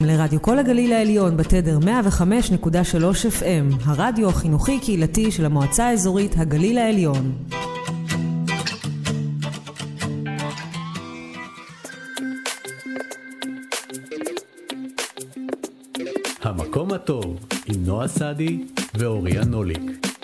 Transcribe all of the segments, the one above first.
לרדיו כל הגליל העליון בתדר 105.3 FM, הרדיו החינוכי קהילתי של המועצה האזורית הגליל העליון. המקום הטוב עם נועה סעדי ואוריה נוליק.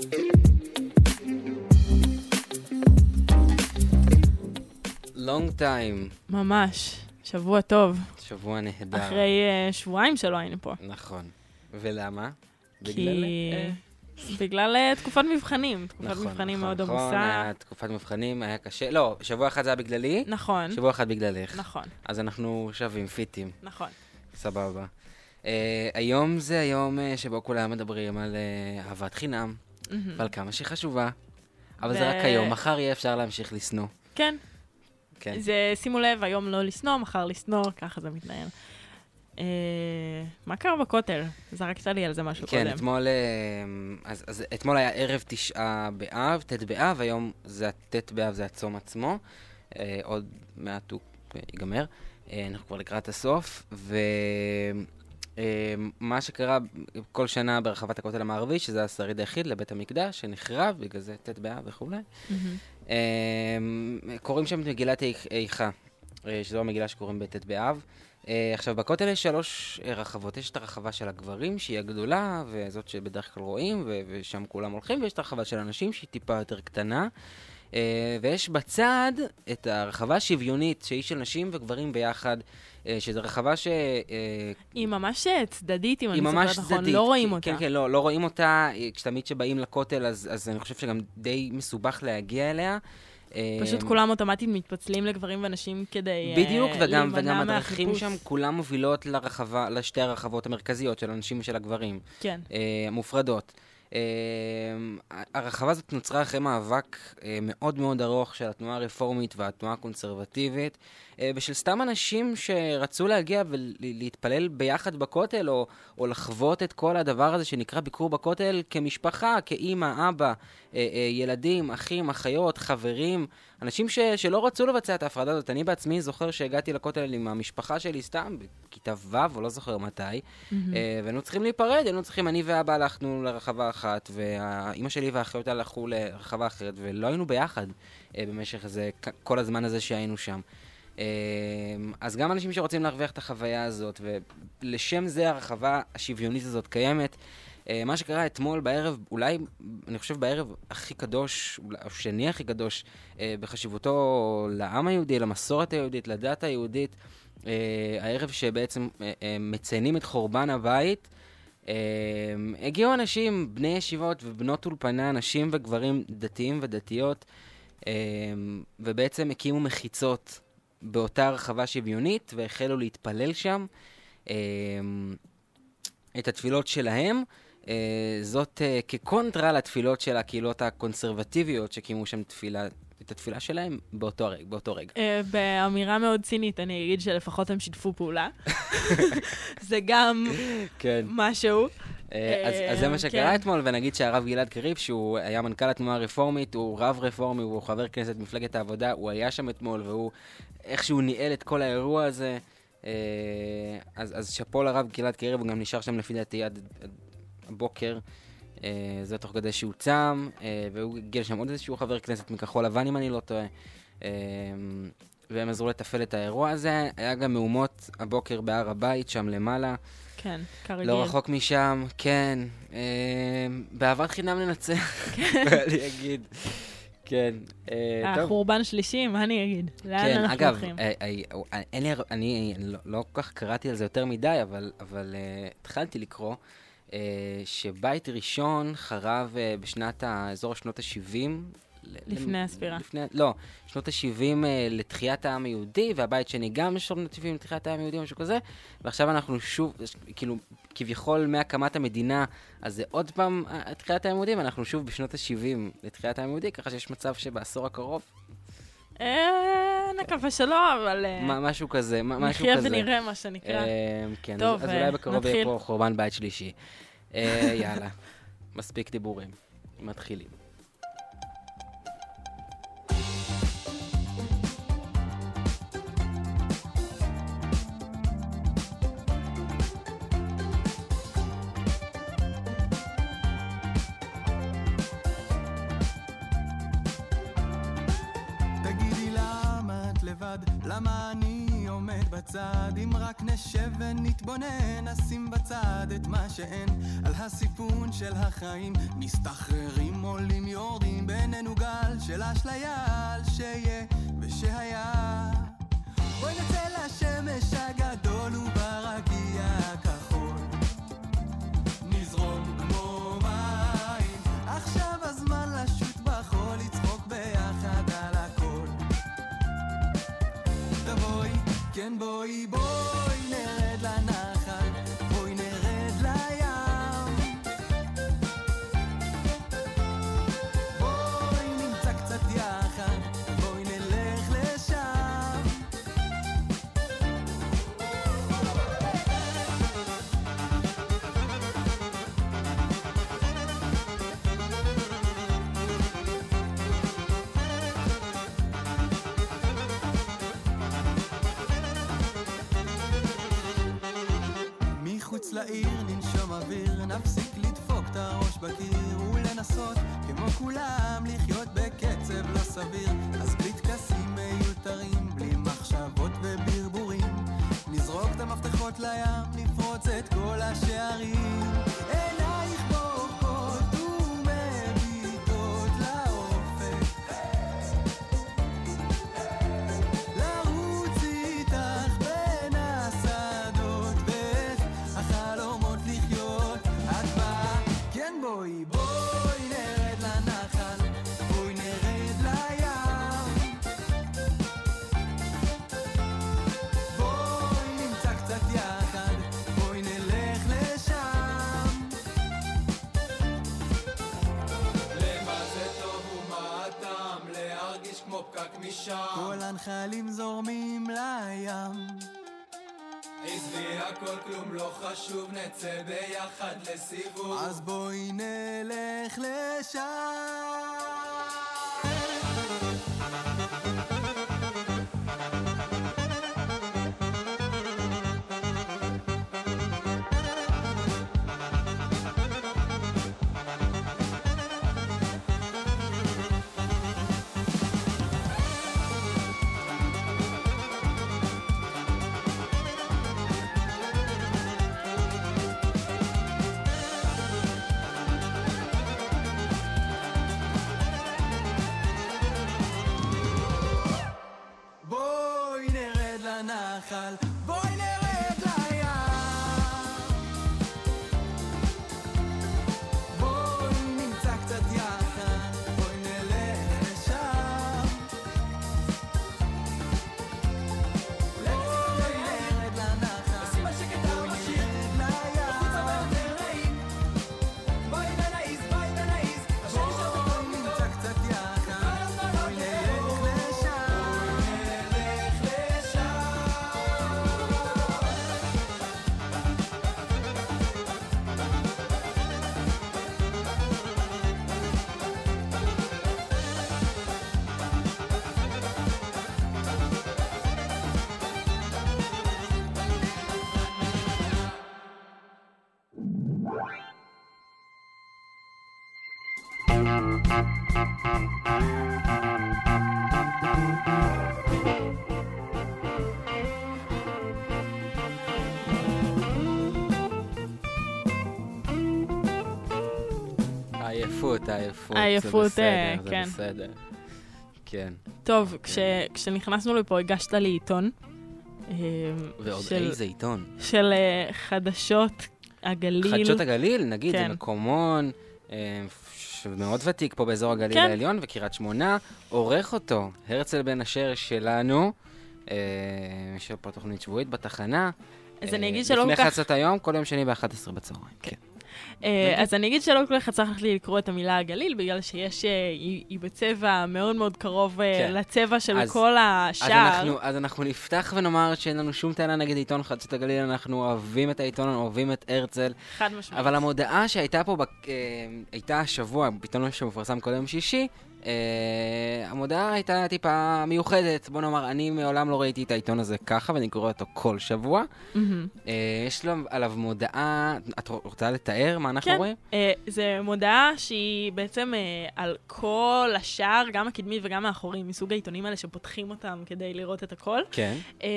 long time. ממש. שבוע טוב. שבוע נהדר. אחרי שבועיים שלא היינו פה. נכון. ולמה? בגלל תקופת מבחנים. תקופת מבחנים מאוד עמוסה. תקופת מבחנים היה קשה. לא, שבוע אחד זה היה בגללי. נכון. שבוע אחד בגללך. נכון. אז אנחנו שווים, פיטים. נכון. סבבה. היום זה היום שבו כולם מדברים על אהבת חינם, ועל כמה שהיא חשובה. אבל זה רק היום. מחר יהיה אפשר להמשיך לסנוע. כן. כן. זה, שימו לב, היום לא לסנוע, מחר לסנוע, ככה זה מתנהל. מה קרה בכותל? זרקת לי על זה משהו כן, קודם. אתמול, אז אתמול היה ערב 9 באב, ט' באב, היום זה ט' באב, זה הצום עצמו. עוד מעט הוא ייגמר. אנחנו כבר לקראת הסוף, ומה שקרה כל שנה ברחבת הכותל המערבי, שזה השריד היחיד לבית המקדש, שנחרב, בגלל זה ט' באב וכו'. קוראים שם את מגילת איכה, שזו המגילה שקוראים בט' באב. עכשיו, בכותל יש 3 רחבות. יש את הרחבה של הגברים, שהיא הגדולה, וזאת שבדרך כלל רואים, ושם כולם הולכים, ויש את הרחבה של הנשים, שהיא טיפה יותר קטנה. ויש בצד את הרחבה השוויונית, שהיא של נשים וגברים ביחד, שזו רחבה ש... היא ממש צדדית, אם אני זוכרת נכון, צדדית. לא רואים אותה. כן, כן, לא רואים אותה. כשתמיד שבאים לכותל, אז אני חושב שגם די מסובך להגיע אליה. פשוט כולם אוטומטית מתפצלים לגברים ונשים כדי בדיוק, וגם מהחיפוש. שם כולם מובילות לשתי הרחבות המרכזיות של הנשים ושל הגברים. כן. מופרדות. הרחבה הזאת נוצרה אחרי מאבק מאוד מאוד ארוך של התנועה הרפורמית והתנועה הקונסרבטיבית, ושל סתם אנשים שרצו להגיע ולהתפלל ביחד בכותל, או לחוות את כל הדבר הזה שנקרא ביקור בכותל כמשפחה, כאמא, אבא, ילדים, אחים, אחיות, חברים, אנשים שלא רצו לבצע את ההפרדה הזאת. אני בעצמי זוכר שהגעתי לכותל עם המשפחה שלי סתם, בכיתה ו' או לא זוכר מתי, והיינו צריכים להיפרד, אני ואבא הלכנו לרחבה אחת, והאמא שלי והאחיות הלכו לרחבה אחרת, ולא היינו ביחד במשך כל הזמן הזה שהיינו שם. אז גם אנשים שרוצים להרוויח את החוויה הזאת, ולשם זה הרחבה השוויונית הזאת קיימת. מה שקרה אתמול בערב, אולי, אני חושב בערב הכי קדוש, או שני הכי קדוש, בחשיבותו לעם היהודי, למסורת היהודית, לדת היהודית, הערב שבעצם מציינים את חורבן הבית, הגיעו אנשים, בני ישיבות ובנות אולפנה, נשים וגברים דתיים ודתיות, ובעצם הקימו מחיצות באותה רחבה שוויונית, והחלו להתפלל שם את התפילות שלהם. זאת כקונטרה לתפילות של הקהילות הקונסרבטיביות שקימו שם את התפילה שלהם באותו רגע. באמירה מאוד צינית, אני אגיד שלפחות הם שיתפו פעולה. זה גם משהו. אז זה מה שקרה אתמול, ונגיד שהרב גלעד קריב, שהוא היה מנכ"ל התנועה הרפורמית, הוא רב רפורמי, הוא חבר כנסת מפלגת העבודה, הוא היה שם אתמול, והוא איכשהו ניהל את כל האירוע הזה. אז שפו לרב גלעד קריב, הוא גם נשאר שם לפי דעתי עד הבוקר, זה תוך כדי שהוא צם, והוא הגיע שם עוד איזשהו חבר כנסת מכחול לבן, אם אני לא טועה, והם עזרו לתפעל את האירוע הזה. היה גם מהומות הבוקר בהר הבית, שם למעלה. כן, כרגיל. לא רחוק משם, כן. באהבת חינם ננצח, אני אגיד. כן, טוב. חורבן שלישי, מה אני אגיד? לאן אנחנו הולכים? אני לא כל כך קראתי על זה יותר מדי, אבל התחלתי לקרוא שבית ראשון חרב בשנת האזור שנות ה-70. לפני הספירה. לא, שנות ה-70 לתחיית העם היהודי, והבית שני גם שנות ה-70 לתחיית העם היהודי, משהו כזה, ועכשיו אנחנו שוב, כאילו, כביכול מהקמת המדינה, אז זה עוד פעם תחיית העם היהודי, ואנחנו שוב בשנות ה-70 לתחיית העם היהודי, ככה שיש מצב שבעשור הקרוב. נקווה שלא, אבל... משהו כזה, משהו נחיה כזה. ונראה מה שנקרא. כן, טוב, אז אולי בקרוב יהיה נתחיל. פה חורבן בית שלישי. יאללה, מספיק דיבורים. מתחילים. למה אני עומד בצד? אם רק נשב ונתבונן, נשים בצד את מה שאין. על הסיפון של החיים מסתחררים, עולים יורדים, בינינו גל של אשליה על שיהיה ושהיה. בואי נצא לשמש הגדול וברגיע הכחול, נזרום כמו מים. עכשיו הזמן לשוט בחול, לצחוק ביחד על הכל. תבואי, כן בואי, בואי נרד לנחל, בואי נרד לים. בואי נמצא קצת יחד, בואי נלך לשם. מחוץ לעיר ננשום אוויר, נפסיק לדפוק את הראש בקיר ולנסות כמו כולם לחיות בקצב לא סביר. אז בלי תקסים מיותרים, בלי מחשבות וברבורים, נזרוק את המפתחות לים, נפרוץ את כל השערים. עינייך בורקות ומביטות לאופק, לרוץ איתך בין השדות ואת החלומות לחיות. את באה, כן בואי, בואי נרד לנחל, בואי נרד לים. בואי נמצא קצת יחד, בואי נלך לשם. למה זה טוב ומה הטעם להרגיש כמו פקק משם? כל הנחלים זורמים לים. עזבי הכל כלום לא חשוב, נצא ביחד לסיבוב. אז בואי נלך לשם. בואי נרד לנחל, בואי נרד לים. בואי נמצא קצת יחד, בואי נלך לשם. בואי נרד לנחל, בואי נרד לים. בואי נעיז, בואי נעיז, בואי נמצא קצת יחד, בואי נלך לשם. עייפות, זה כן. בסדר. כן. טוב, כשנכנסנו לפה הגשת לי עיתון. ועוד של- איזה עיתון. של חדשות הגליל. חדשות הגליל, נגיד, זה כן. מקומון שמאוד ותיק פה באזור הגליל כן. העליון, וקריית שמונה, עורך אותו הרצל בן אשר שלנו, יש פה תוכנית שבועית בתחנה. אז אני אגיד שלא לפני כל כך... חצות היום, כל יום שני ב-11 בצהריים. כן. אז אני אגיד שלא כל כך צריך לי לקרוא את המילה הגליל, בגלל שיש, היא בצבע מאוד מאוד קרוב כן. לצבע של אז- כל השער. אז אנחנו נפתח ונאמר שאין לנו שום טענה נגד עיתון חדשות הגליל, אנחנו אוהבים את העיתון, אוהבים את הרצל, חד משמעית. אבל המודעה שהייתה פה, הייתה השבוע, בעיתון שמפורסם כל יום שישי, המודעה הייתה טיפה מיוחדת, בוא נאמר, אני מעולם לא ראיתי את העיתון הזה ככה, ואני קורא אותו כל שבוע. יש עליו מודעה, את רוצה לתאר מה אנחנו רואים? כן, זו מודעה שהיא בעצם על כל השער, גם הקדמי וגם האחורי, מסוג העיתונים האלה שפותחים אותם כדי לראות את הכל. כן.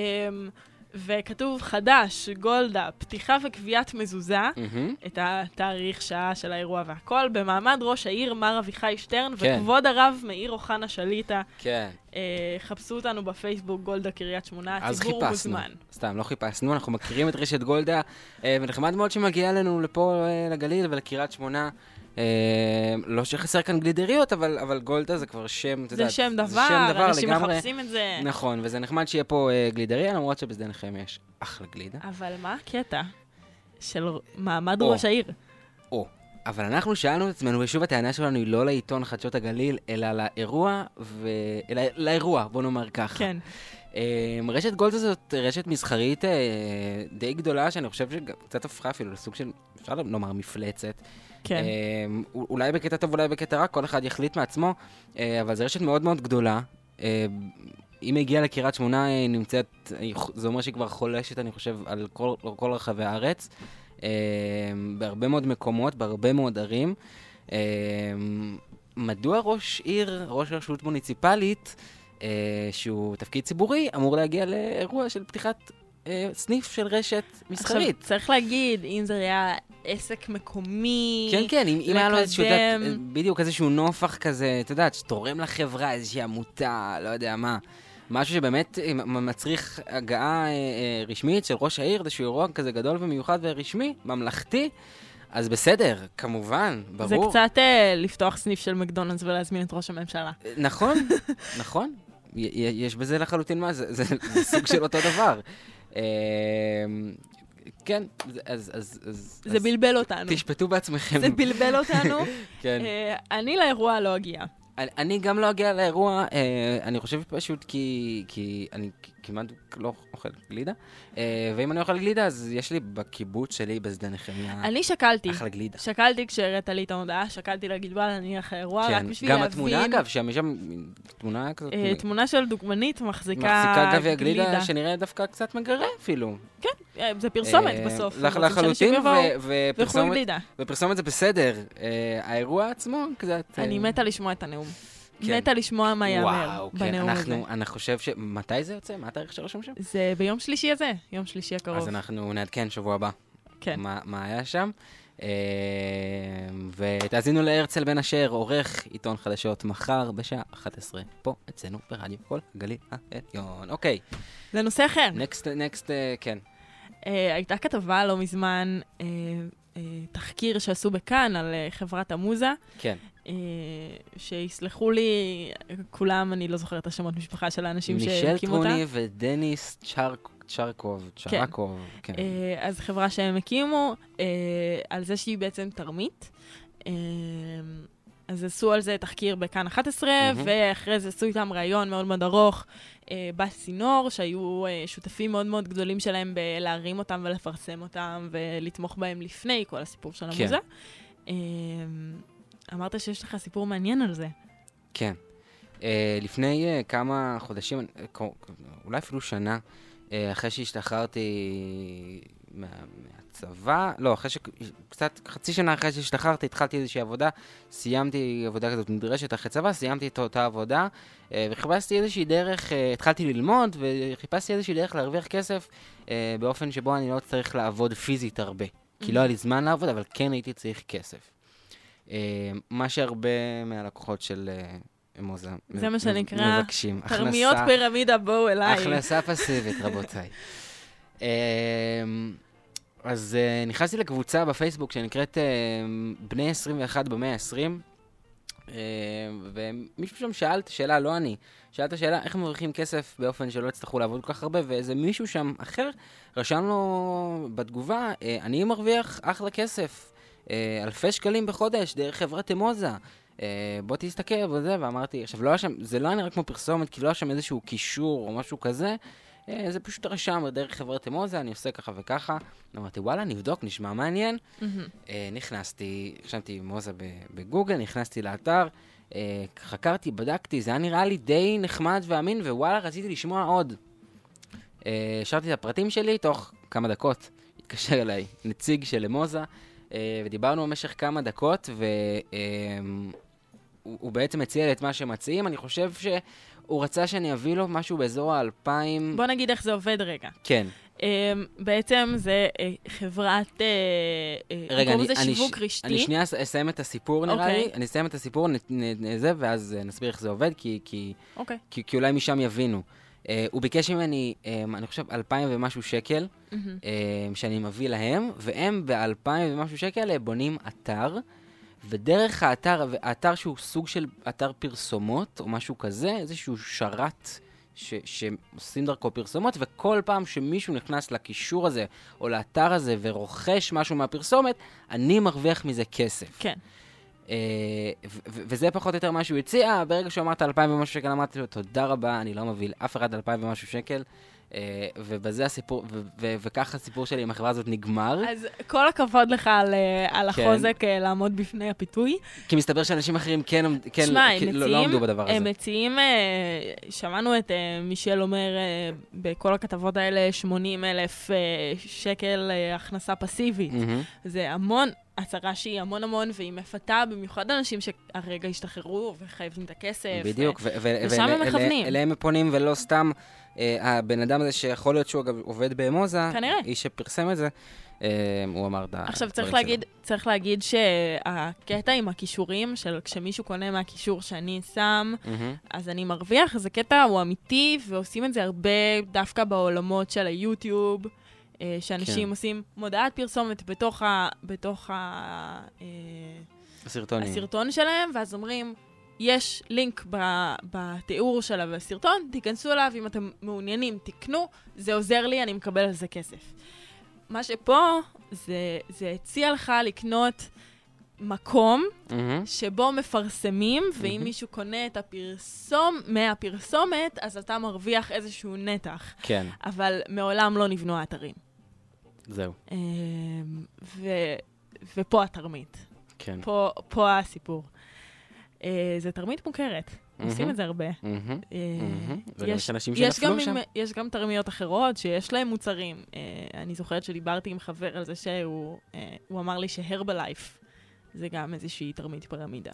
וכתוב חדש, גולדה, פתיחה וקביעת מזוזה, את התאריך, שעה של האירוע והכל, במעמד ראש העיר מר אביחי שטרן, וכבוד הרב מאיר אוחנה שליטה. כן. חפשו אותנו בפייסבוק, גולדה קריית שמונה, הציבור מוזמן. סתם, לא חיפשנו, אנחנו מכירים את רשת גולדה, ונחמד מאוד שמגיע לנו לפה לגליל ולקריית שמונה. לא שחסר כאן גלידריות, אבל גולדה זה כבר שם, זה שם דבר, אנשים מחפשים את זה. נכון, וזה נחמד שיהיה פה גלידריה, למרות שבשדה נחם יש אחלה גלידה. אבל מה הקטע של מעמד ראש העיר? אבל אנחנו שאלנו את עצמנו, ושוב הטענה שלנו היא לא לעיתון חדשות הגליל, אלא לאירוע, בוא נאמר ככה. כן. רשת גולדה זאת רשת מסחרית די גדולה, שאני חושב שקצת הפכה אפילו לסוג של, אפשר לומר, מפלצת. כן. אולי בקטע טוב, אולי בקטע רע, כל אחד יחליט מעצמו, אבל זו רשת מאוד מאוד גדולה. אם הגיעה לקריית שמונה, נמצאת, זה אומר שהיא כבר חולשת, אני חושב, על כל רחבי הארץ, בהרבה מאוד מקומות, בהרבה מאוד ערים. מדוע ראש עיר, ראש רשות מוניציפלית, שהוא תפקיד ציבורי, אמור להגיע לאירוע של פתיחת סניף של רשת מסחרית? עכשיו, צריך להגיד, אם זה היה עסק מקומי, כן, כן, אם היה לו איזשהו, בדיוק איזשהו נופח כזה, אתה יודעת, שתורם לחברה, איזושהי עמותה, לא יודע מה, משהו שבאמת מצריך הגעה רשמית של ראש העיר, איזשהו אירוע כזה גדול ומיוחד ורשמי, ממלכתי, אז בסדר, כמובן, ברור. זה קצת לפתוח סניף של מקדונלדס ולהזמין את ראש הממשלה. נכון, נכון. יש בזה לחלוטין מה, זה סוג של אותו דבר. כן, אז... זה בלבל אותנו. תשפטו בעצמכם. זה בלבל אותנו. כן. אני לאירוע לא אגיע. אני גם לא אגיע לאירוע, אני חושב פשוט כי אני כמעט לא אוכל גלידה, ואם אני אוכל גלידה, אז יש לי בקיבוץ שלי בשדה נחמיה. אני שקלתי. אחלה גלידה. שקלתי כשהראית לי את ההודעה, שקלתי להגיד, וואלה, אני אלך לאירוע, רק בשביל להבין. להבין. גם התמונה, אגב, שם תמונה כזאת. תמונה של דוגמנית מחזיקה גביע גלידה, שנראה דווקא קצת מגרה אפילו. כן, זה פרסומת בסוף. לחלוטין, ופרסומת זה בסדר. האירוע עצמו קצת... אני מתה לשמוע את הנאום. מתה לשמוע מה יאמר בנאום הזה. אני חושב ש... מתי זה יוצא? מה התאריך שרשום שם? זה ביום שלישי הזה, יום שלישי הקרוב. אז אנחנו נעדכן שבוע הבא. כן. מה היה שם. ותאזינו להרצל בן אשר, עורך עיתון חדשות מחר בשעה 11, פה אצלנו ברדיו כל הגליל העליון. אוקיי. זה נושא אחר. נקסט, כן. הייתה כתבה לא מזמן, תחקיר שעשו בכאן על חברת המוזה. כן. שיסלחו לי, כולם, אני לא זוכרת את השמות משפחה של האנשים שהקימו אותה. מישל טרוני ודניס צ'רקוב. כן. אז חברה שהם הקימו, על זה שהיא בעצם תרמית. אז עשו על זה תחקיר בכאן 11, ואחרי זה עשו איתם ראיון מאוד מאוד ארוך בסינור, שהיו שותפים מאוד מאוד גדולים שלהם בלהרים אותם ולפרסם אותם ולתמוך בהם לפני כל הסיפור של המוזה. אמרת שיש לך סיפור מעניין על זה. כן. לפני כמה חודשים, אולי אפילו שנה, אחרי שהשתחררתי מהצבא, לא, אחרי שקצת, חצי שנה אחרי שהשתחררתי, התחלתי איזושהי עבודה, סיימתי עבודה כזאת נדרשת אחרי צבא, סיימתי את אותה עבודה, וחיפשתי איזושהי דרך, התחלתי ללמוד, וחיפשתי איזושהי דרך להרוויח כסף, באופן שבו אני לא צריך לעבוד פיזית הרבה. כי לא היה לי זמן לעבוד, אבל כן הייתי צריך כסף. מה שהרבה מהלקוחות של מוזה מבקשים. זה מה שנקרא, תרמיות פירמידה בואו אליי. הכנסה פסיבית, רבותיי. אז נכנסתי לקבוצה בפייסבוק שנקראת בני 21 במאה ה-20, ומישהו שם שאל את השאלה, לא אני, שאל את השאלה איך מרוויחים כסף באופן שלא יצטרכו לעבוד כל כך הרבה, ואיזה מישהו שם אחר רשם לו בתגובה, אני מרוויח אחלה כסף. אלפי שקלים בחודש דרך חברת מוזה, בוא תסתכל וזה, ואמרתי, עכשיו לא היה שם, זה לא היה נראה כמו פרסומת, כי לא היה שם איזשהו קישור או משהו כזה, זה פשוט רשם דרך חברת מוזה, אני עושה ככה וככה, אמרתי וואלה נבדוק, נשמע מעניין, נכנסתי, חשבתי מוזה בגוגל, נכנסתי לאתר, חקרתי, בדקתי, זה היה נראה לי די נחמד ואמין, ווואלה, רציתי לשמוע עוד. השארתי את הפרטים שלי, תוך כמה דקות התקשר אליי נציג של אמוזה, ודיברנו במשך כמה דקות, והוא בעצם הציע לי את מה שמציעים. אני חושב שהוא רצה שאני אביא לו משהו באזור ה-2000... בוא נגיד איך זה עובד רגע. כן. בעצם זה חברת... רגע, קוראים לזה שיווק רשתי. אני שנייה אסיים את הסיפור נראה לי. אני אסיים את הסיפור, ואז נסביר איך זה עובד, כי אולי משם יבינו. הוא ביקש ממני, אני חושב, 2,000 ומשהו שקל, שאני מביא להם, והם ב-2,000 ומשהו שקל בונים אתר, ודרך האתר שהוא סוג של אתר פרסומות, או משהו כזה, איזשהו שרת שעושים דרכו פרסומות, וכל פעם שמישהו נכנס לקישור הזה, או לאתר הזה, ורוכש משהו מהפרסומת, אני מרוויח מזה כסף. כן. וזה פחות או יותר מה שהוא הציע. ברגע שהוא אמרת 2,000 ומשהו שקל, אמרתי לו, תודה רבה, אני לא מביא אף אחד 2,000 ומשהו שקל, ובזה הסיפור, וככה הסיפור שלי עם החברה הזאת נגמר. אז כל הכבוד לך על החוזק לעמוד בפני הפיתוי. כי מסתבר שאנשים אחרים כן לא עמדו בדבר הזה. הם מציעים, שמענו את מישל אומר בכל הכתבות האלה, 80,000 שקל הכנסה פסיבית. זה המון, הצהרה שהיא המון, והיא מפתה במיוחד אנשים שהרגע השתחררו וחייבים את הכסף. בדיוק, ושם הם מכוונים. אליהם פונים ולא סתם הבן אדם הזה שיכול להיות שהוא אגב עובד באמוזה, איש שפרסם את זה, הוא אמר את הדברים שלו. עכשיו צריך להגיד שהקטע עם הכישורים, של כשמישהו קונה מהכישור שאני שם, אז אני מרוויח, אז הקטע הוא אמיתי, ועושים את זה הרבה דווקא בעולמות של היוטיוב, שאנשים עושים מודעת פרסומת בתוך הסרטון שלהם, ואז אומרים, יש לינק בתיאור של הסרטון, תיכנסו אליו, אם אתם מעוניינים, תקנו, זה עוזר לי, אני מקבל על זה כסף. מה שפה, זה הציע לך לקנות מקום שבו מפרסמים, ואם מישהו קונה את מהפרסומת, אז אתה מרוויח איזשהו נתח. כן. אבל מעולם לא נבנו האתרים. זהו. ופה התרמית. כן. פה הסיפור. זה תרמית מוכרת. עושים את זה הרבה. ויש אנשים שנפלו שם. יש גם תרמיות אחרות שיש להם מוצרים. אני זוכרת שדיברתי עם חבר על זה שהוא אמר לי שהרבלייף זה גם איזושהי תרמית פירמידה.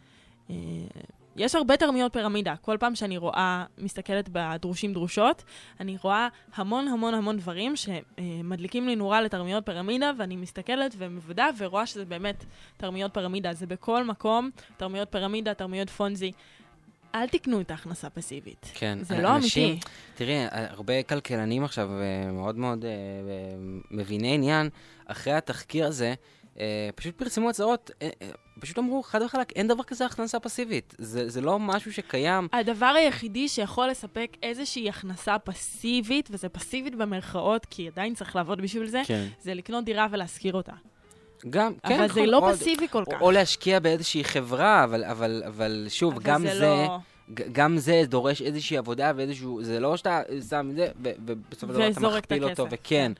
יש הרבה תרמיות פירמידה. כל פעם שאני מסתכלת בדרושים דרושות, אני רואה המון דברים שמדליקים לי נורה לתרמיות פירמידה, ואני מסתכלת ומוודא ורואה שזה באמת תרמיות פירמידה. זה בכל מקום, תרמיות פירמידה, תרמיות פונזי. אל תקנו את ההכנסה פסיבית. כן. זה לא אמיתי. תראי, הרבה כלכלנים עכשיו מאוד מביני עניין, אחרי התחקיר הזה, פשוט פרסמו הצעות, פשוט אמרו, חד וחלק, אין דבר כזה הכנסה פסיבית. זה לא משהו שקיים. הדבר היחידי שיכול לספק איזושהי הכנסה פסיבית, וזה פסיבית במרכאות, כי עדיין צריך לעבוד בשביל זה, זה לקנות דירה ולהשכיר אותה. גם, כן. אבל זה לא פסיבי כל כך. או להשקיע באיזושהי חברה, אבל שוב, גם זה דורש איזושהי עבודה ואיזשהו, זה לא שאתה שם את זה, ובסוף הדבר אתה מכפיל אותו, וכן.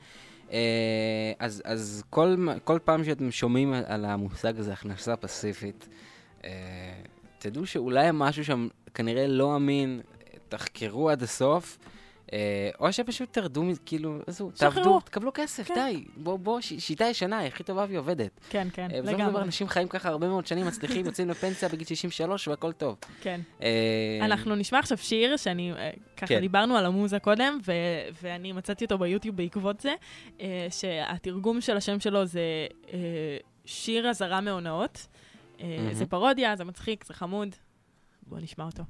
אז כל פעם שאתם שומעים על המושג הזה, הכנסה פסיבית, תדעו שאולי משהו שם כנראה לא אמין, תחקרו עד הסוף, או שפשוט תרדו, כאילו, תעבדו, תקבלו כסף, די, בוא, שיטה ישנה, היא הכי טובה והיא עובדת. כן, לגמרי. אנשים חיים ככה הרבה מאוד שנים, מצליחים, יוצאים לפנסיה בגיל 63 והכל טוב. כן. אנחנו נשמע עכשיו שיר, ככה דיברנו על המוזה קודם, ואני מצאתי אותו ביוטיוב בעקבות זה, שהתרגום של השם שלו זה שיר הזרה מהונאות. זה פרודיה, זה מצחיק, זה חמוד. בואו נשמע אותו.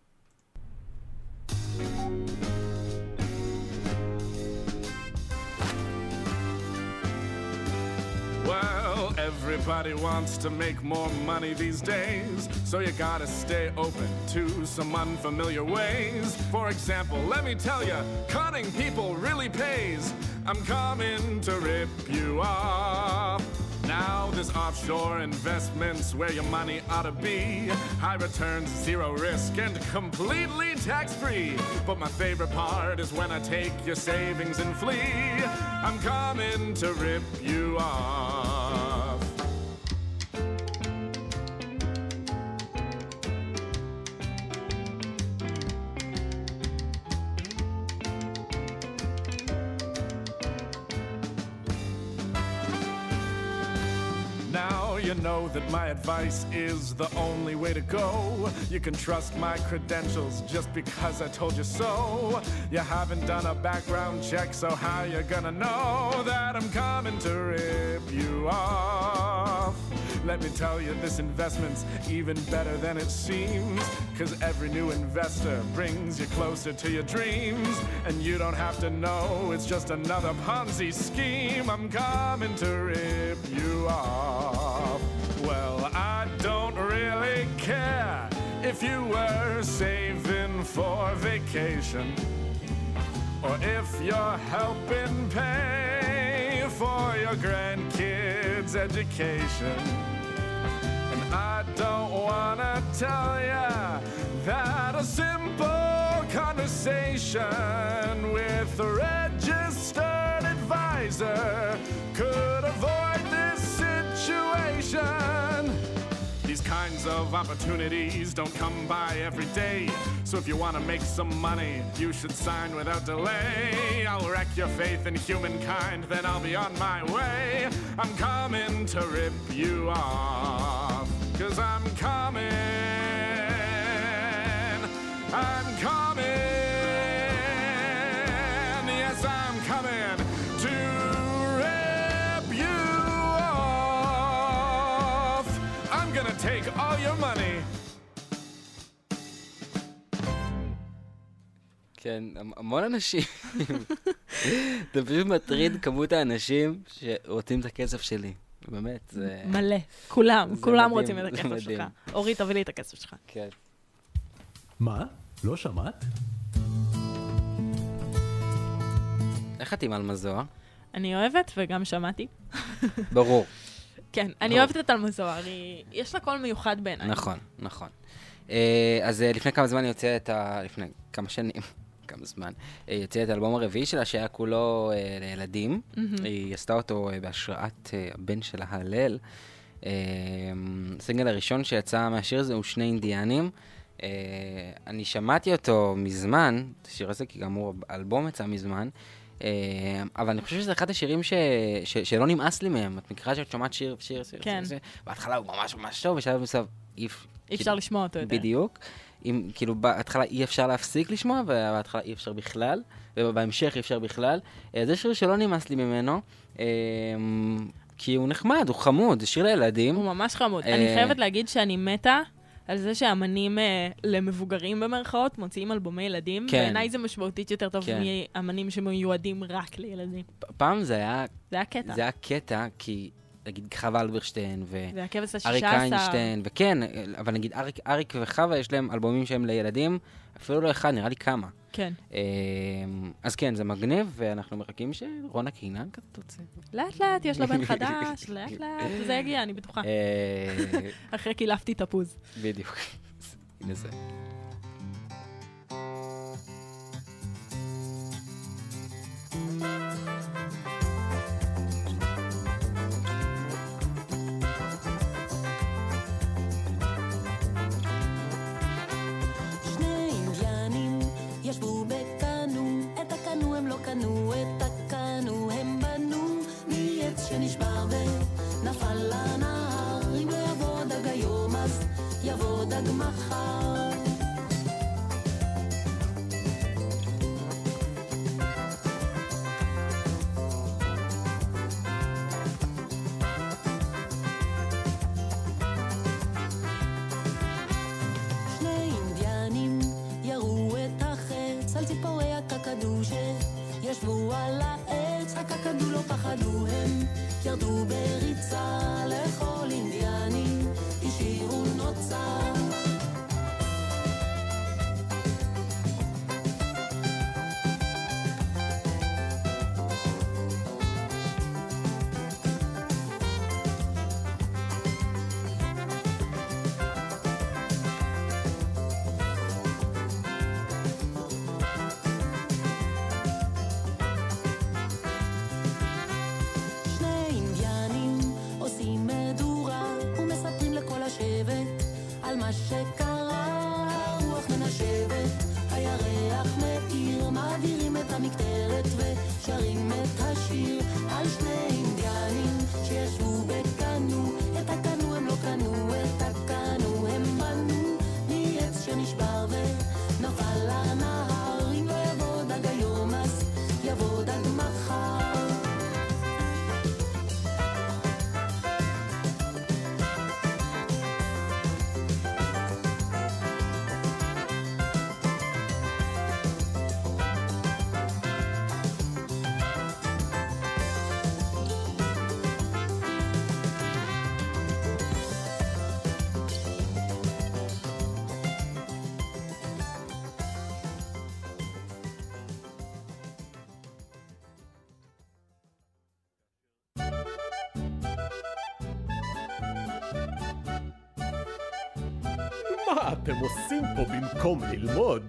Well, everybody wants to make more money these days, so you gotta stay open to some unfamiliar ways. For example, let me tell you, conning people really pays. I'm coming to rip you off. Now there's offshore investments where your money ought to be. High returns, zero risk, and completely tax-free. But my favorite part is when I take your savings and flee. I'm coming to rip you off. you know that my advice is the only way to go. You can trust my credentials just because I told you so. You haven't done a background check, so how you gonna know that I'm coming to rip you off? Let me tell you, this investment's even better than it seems, 'cause every new investor brings you closer to your dreams, and you don't have to know it's just another Ponzi scheme. I'm coming to rip you off. Well, I don't really care if you were saving for vacation, or if you're helping pay for your grandkids' education. And I don't wanna tell ya that a simple conversation with a registered advisor could avoid this situation. These kinds of opportunities don't come by every day, so if you want to make some money, you should sign without delay. I'll wreck your faith in humankind, then I'll be on my way. I'm coming to rip you off, 'cause I'm coming, I'm coming, yes, I'm coming to rip you off. I'm gonna take all your money. כן, המון אנשים. זה פשוט מטריד כמות האנשים שרוצים את הכסף שלי. באמת, זה... מלא. כולם מדהים, רוצים את זה הכסף מדהים. שלך. אורי, תביא לי את הכסף שלך. כן. מה? לא שמעת? איך את עם אלמזוהר? אני אוהבת וגם שמעתי. ברור. כן, אני אוהבת את אלמזוהר. יש לה קול מיוחד בעיניי. נכון, נכון. אז לפני כמה זמן יוצא לפני כמה שנים, כמה זמן, יוצא את האלבום הרביעי שלה, שהיה כולו לילדים. היא עשתה אותו בהשראת הבן שלה, הלל. הסינגל הראשון שיצא מהשיר הזה הוא שני אינדיאנים. אני שמעתי אותו מזמן, את השיר הזה, כי גם הוא האלבום יצא מזמן, אבל אני חושב שזה אחד השירים שלא נמאס לי מהם. את מכירה שאת שומעת שיר, כן. בהתחלה הוא ממש ממש טוב, בשלב מסוים אי אפשר לשמוע אותו יותר. בדיוק. כאילו, בהתחלה אי אפשר להפסיק לשמוע, ובהתחלה אי אפשר בכלל, ובהמשך אי אפשר בכלל. זה שיר שלא נמאס לי ממנו, כי הוא נחמד, הוא חמוד, זה שיר לילדים. הוא ממש חמוד. אני חייבת להגיד שאני מתה על זה שהאמנים למבוגרים במרכאות מוציאים אלבומי ילדים. כן. בעיניי זה משמעותית יותר טוב מאמנים שמיועדים רק לילדים. פעם זה היה... זה היה קטע. זה היה קטע, כי... נגיד חווה אלברשטיין והכבש אריק ה-16. איינשטיין, וכן, אבל נגיד אריק וחווה יש להם אלבומים שהם לילדים, אפילו לא אחד, נראה לי כמה. כן. אז כן, זה מגניב, ואנחנו מחכים שרונה קינן כזה תוצא. לאט לאט, יש לה בן חדש, לאט לאט, זה יגיע, אני בטוחה. אחרי קילפתי תפוז. בדיוק. הנה זה. ישבו בקנו, את הקנו הם לא קנו, את הקנו הם בנו, מעץ שנשבר ונפל לנהר, אם לא יבוא דג היום אז יבוא דג מחר. שני אינדיאנים ירו את החץ על ציפורי הקקדו שישבו על העץ, הקקדו לא פחדו, הם ירדו בריצה, לכל אינדיאני השאירו נוצה. מה שקרה, הרוח מנשבת, הירח מאיר, מעבירים את המקטרת ושרים את השיר על שני אינדיאנים שישבו בקנו, את הקנו מה אתם עושים פה במקום ללמוד?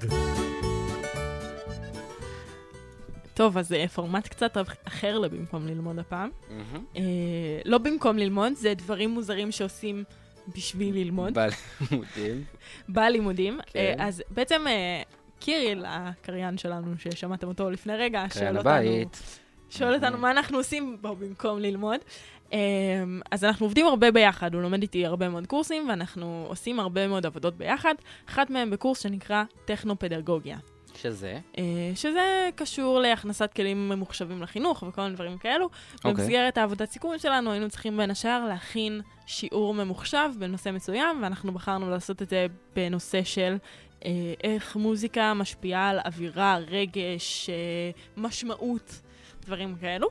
טוב, אז פורמט קצת אחר לבמקום ללמוד הפעם. לא במקום ללמוד, זה דברים מוזרים שעושים בשביל ללמוד. בלימודים. בלימודים. אז בעצם קיריל, הקריין שלנו, ששמעתם אותו לפני רגע, שואל אותנו מה אנחנו עושים בו במקום ללמוד. אז אנחנו עובדים הרבה ביחד, הוא לומד איתי הרבה מאוד קורסים, ואנחנו עושים הרבה מאוד עבודות ביחד. אחת מהם בקורס שנקרא טכנו-פדגוגיה. שזה קשור להכנסת כלים ממוחשבים לחינוך וכל מיני דברים כאלו. במסגרת העבודת סיכום שלנו היינו צריכים בין השאר להכין שיעור ממוחשב בנושא מסוים, ואנחנו בחרנו לעשות את זה בנושא של איך מוזיקה משפיעה על אווירה, רגש, משמעות, דברים כאלו.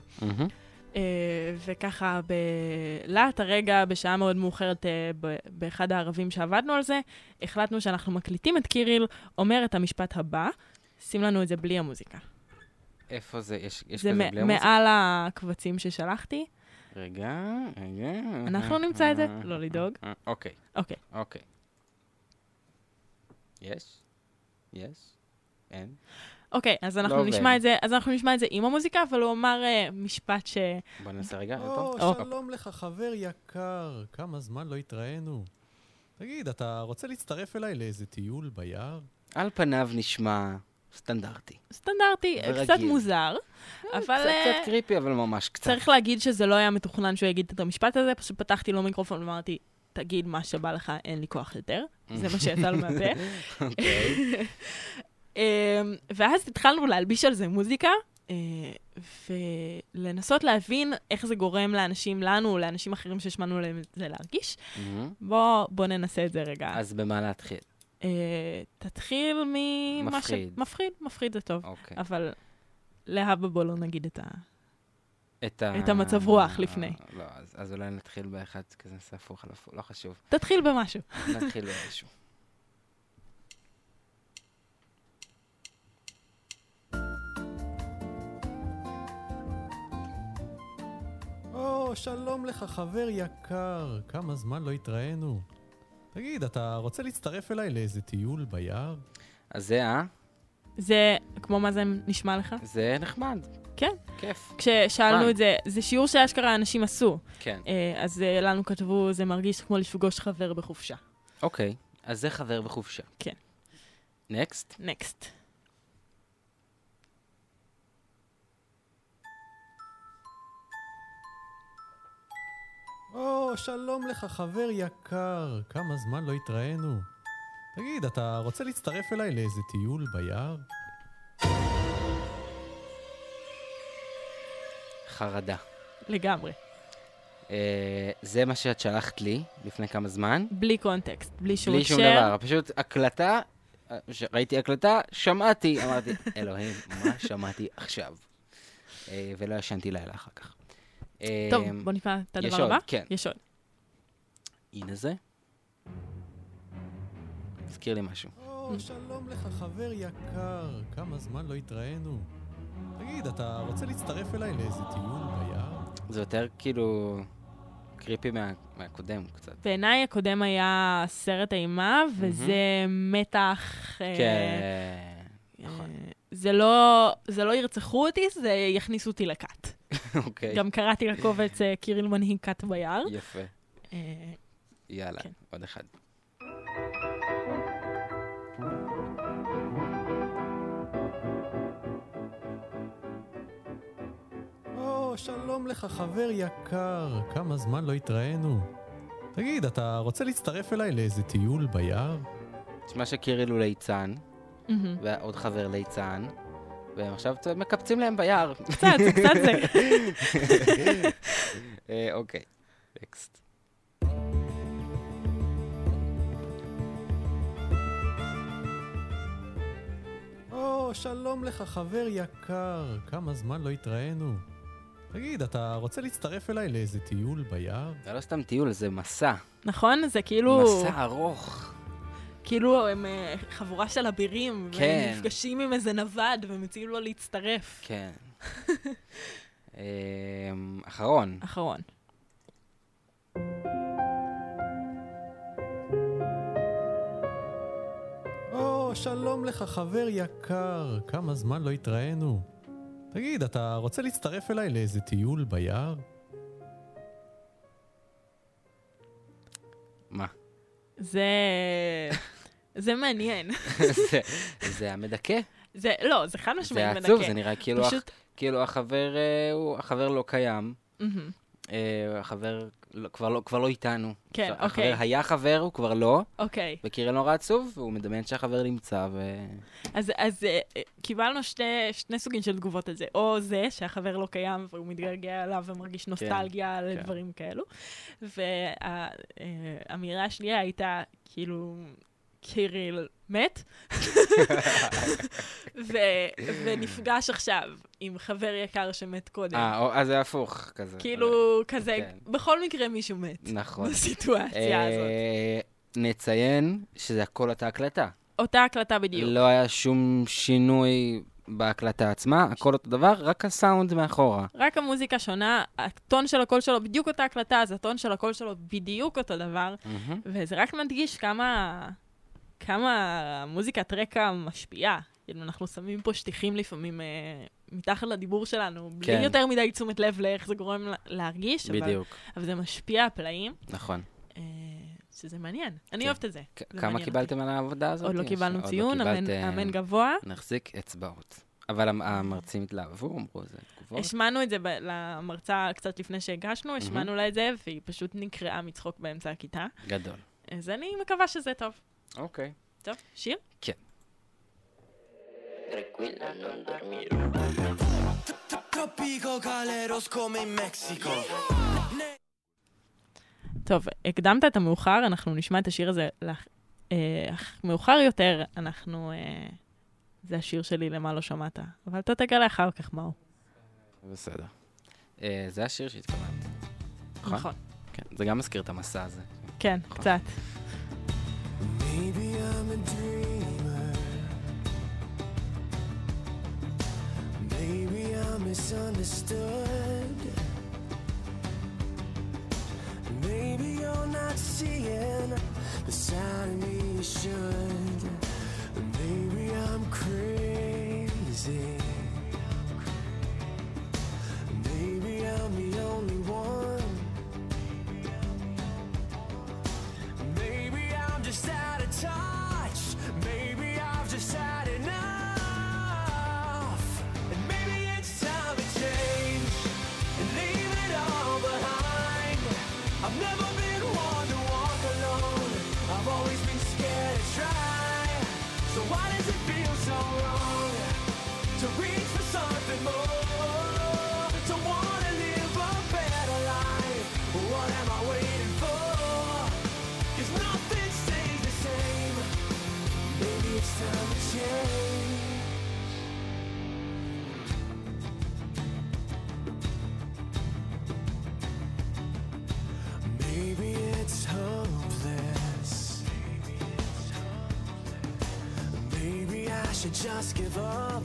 וככה בלעת הרגע, בשעה מאוד מאוחרת, באחד הערבים שעבדנו על זה, החלטנו שאנחנו מקליטים את קיריל, אומר את המשפט הבא, שים לנו את זה בלי המוזיקה. איפה זה? יש כזה זה בלי המוזיקה? מעל הקבצים ששלחתי. רגע. אנחנו נמצא את זה, לא לדאוג. אוקיי. אוקיי. יש? אין? אוקיי, אז אנחנו נשמע את זה עם המוזיקה, אבל הוא אמר משפט ש... בוא ננסה רגע. שלום לך חבר יקר, כמה זמן לא התראינו. תגיד, אתה רוצה להצטרף אליי לאיזה טיול ביער? על פניו נשמע סטנדרטי. קצת מוזר, אבל... קצת קריפי, אבל ממש קצת. צריך להגיד שזה לא היה מתוכנן שהוא יגיד את המשפט הזה, פשוט פתחתי לו מיקרופון ואמרתי, תגיד מה שבא לך, אין לי כוח יותר. זה מה שיצא לו מהפה. אוקיי. ואז התחלנו להלביש על זה מוזיקה, ולנסות להבין איך זה גורם לאנשים לנו, או לאנשים אחרים ששמענו להם את זה להרגיש. בוא ננסה את זה רגע. אז במה להתחיל? תתחיל מפחיד זה טוב. אבל להבא בוא לא נגיד את המצב רוח לפני. לא, אז אולי נתחיל באחד כזה ספוך, לא חשוב. תתחיל במשהו. נתחיל במשהו. שלום לך חבר יקר, כמה זמן לא התראינו. תגיד, אתה רוצה להצטרף אליי לאיזה טיול ביער? אז זה, זה, כמו מה זה נשמע לך? זה נחמד. כן. כיף. כששאלנו את זה, זה שיעור שאשכרה אנשים עשו. כן. אז לנו כתבו, זה מרגיש כמו לפגוש חבר בחופשה. אוקיי, אז זה חבר בחופשה. כן. נקסט? נקסט. שלום לך חבר יקר, כמה זמן לא התראינו. תגיד, אתה רוצה להצטרף אליי לאיזה טיול ביער? חרדה. לגמרי. זה מה שאת שלחת לי לפני כמה זמן. בלי קונטקסט, בלי שום בלי שום דבר, פשוט הקלטה, ראיתי הקלטה, שמעתי, אמרתי, אלוהים, מה שמעתי עכשיו? ולא ישנתי לילה אחר כך. טוב, בוא נפעל את הדבר הבא. כן. יש עוד. הנה זה. הזכיר לי משהו. שלום לך חבר יקר, כמה זמן לא התראינו. תגיד, אתה רוצה להצטרף אליי לאיזה טיול ביער? זה יותר כאילו קריפי מהקודם קצת. בעיניי הקודם היה סרט אימה, וזה מתח... כן, נכון. זה לא ירצחו אותי, זה יכניסו אותי לקאט. אוקיי. גם קראתי לקובץ קיריל מנהיג קאט ביער. יפה. יאללה, עוד אחד. שלום לך חבר יקר, כמה זמן לא התראינו. תגיד, אתה רוצה להצטרף אליי לאיזה טיול ביער? תשמע שקיריל הוא ליצן, ועוד חבר ליצן, והם עכשיו מקפצים להם ביער. קצת זה. אוקיי, נקסט. שלום לך חבר יקר, כמה זמן לא התראינו. תגיד, אתה רוצה להצטרף אליי לאיזה טיול ביער? זה לא סתם טיול, זה מסע. נכון? זה כאילו... מסע ארוך. כאילו הם חבורה של אבירים, כן. והם נפגשים עם איזה נווד, ומציעים לו להצטרף. כן. אחרון. אחרון. שלום לך חבר יקר, כמה זמן לא התראינו. תגיד, אתה רוצה להצטרף אליי לאיזה טיול ביער? מה? זה מעניין. זה המדכא. לא, זה חד משמעית מדכא. זה עצוב, זה נראה כאילו החבר לא קיים. החבר כבר לא איתנו. כן, החבר אוקיי. היה חבר, הוא כבר לא. אוקיי. וקירל נורא עצוב, והוא מדמיין שהחבר נמצא אז קיבלנו שני סוגים של תגובות על זה. או זה שהחבר לא קיים והוא מתגעגע אליו ומרגיש נוסטלגיה לדברים כאלו. והאמירה השנייה הייתה כאילו קיריל מת. ונפגש עכשיו עם חבר יקר שמת קודם. אז זה הפוך כזה. כאילו כזה, בכל מקרה מישהו מת. נכון. בסיטואציה הזאת. נציין שזה הכל אותה הקלטה. אותה הקלטה בדיוק. לא היה שום שינוי בהקלטה עצמה, הכל אותו דבר, רק הסאונד מאחורה. רק המוזיקה שונה, הטון של הקול שלו בדיוק אותה הקלטה, אז הטון של הקול שלו בדיוק אותו דבר, וזה רק מדגיש כמה מוזיקת רקע משפיעה. כאילו, אנחנו שמים פה שטיחים לפעמים מתחת לדיבור שלנו, בלי יותר מדי תשומת לב לאיך זה גורם להרגיש, אבל זה משפיע פלאים. נכון. שזה מעניין. אני אוהבת את זה. כמה קיבלתם על העבודה הזאת? עוד לא קיבלנו ציון, אמן גבוה. נחזיק אצבעות. אבל המרצים התלהבו, אמרו זה תגובות. השמענו את זה למרצה קצת לפני שהגשנו, השמענו לה את זה, והיא פשוט נקראה מצחוק באמצע הכיתה. גדול. אז אני מקווה שזה טוב. אוקיי. טוב, שיר? כן. טוב, הקדמת את המאוחר, אנחנו נשמע את השיר הזה מאוחר יותר, זה השיר שלי למה לא שמעת, אבל אתה תגלה אחר כך מהו. בסדר. זה השיר שהתכוונתי. נכון. כן, זה גם מזכיר את המסע הזה. כן, קצת. Maybe I'm a dreamer. Maybe I'm misunderstood. Maybe you're not seeing the side of me you should. Maybe I'm crazy. Maybe I'm the only one. Maybe I'm just out of touch. Maybe I've just had enough. And maybe it's time to change and leave it all behind. I've never been one to walk alone. I've always been scared to try. So why does it feel so wrong to reach for something more? To want to live a better life. What am I waiting for? 'Cause nothing stays the same. Maybe it's time to change. Maybe it's hopeless. Maybe I should just give up.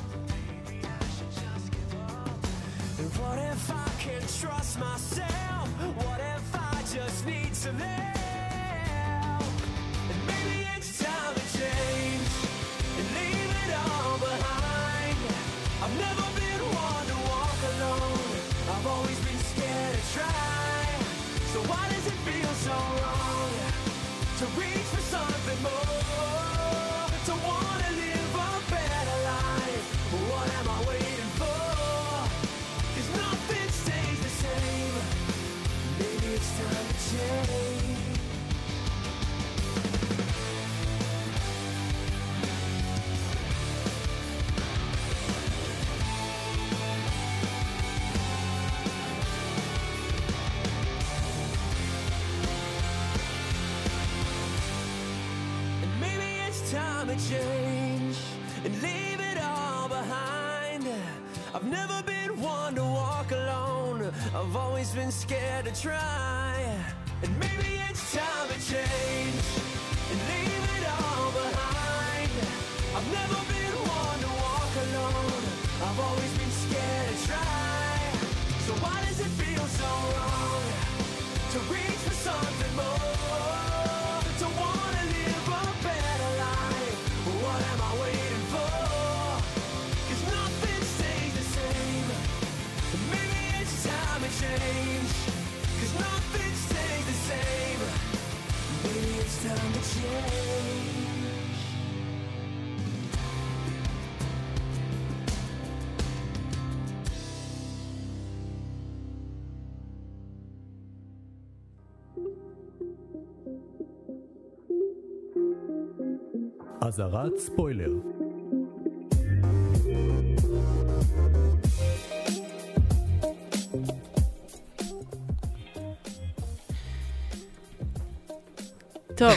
And what if I can't trust myself? What if I just need some help? And maybe it's time to change and leave it all behind. I've never been one to walk alone. I've always been scared to try. So why does it feel so wrong to reach for something more? To want to live a better life. What am I waiting for? 'Cause nothing stays the same. Maybe it's time to change. And maybe it's time to change and leave it all behind. I've never been one to walk alone. I've always been scared to try. And maybe it's time to change and leave it all behind. I've never been one to walk alone. I've always been scared to try. So why does it feel so wrong to reach for something more? To want to live a better life. אזהרת ספוילר. טוב.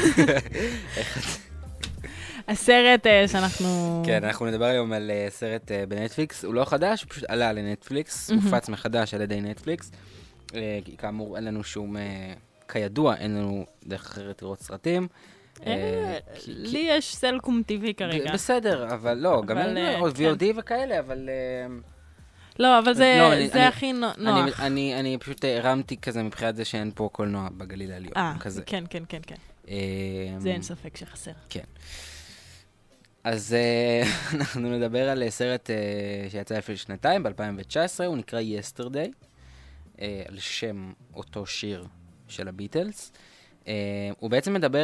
הסרט שאנחנו... כן, אנחנו נדבר היום על סרט בנטפליקס. הוא לא חדש, הוא פשוט עלה לנטפליקס, הופץ מחדש על ידי נטפליקס. כאמור, אין לנו שום... כידוע, אין לנו דרך אחרת לראות סרטים. לי יש סלקום טבעי כרגע. בסדר, אבל לא, גם אין VOD וכאלה, אבל... לא, אבל זה הכי נוח. אני פשוט הרמתי כזה מבחינת זה שאין פה קולנוע בגליל העליון. כן. זה אין ספק שחסר. כן. אז אנחנו נדבר על סרט שיצא לפני שנתיים, ב-2019, הוא נקרא Yesterday, על שם אותו שיר של הביטלס. הוא בעצם מדבר,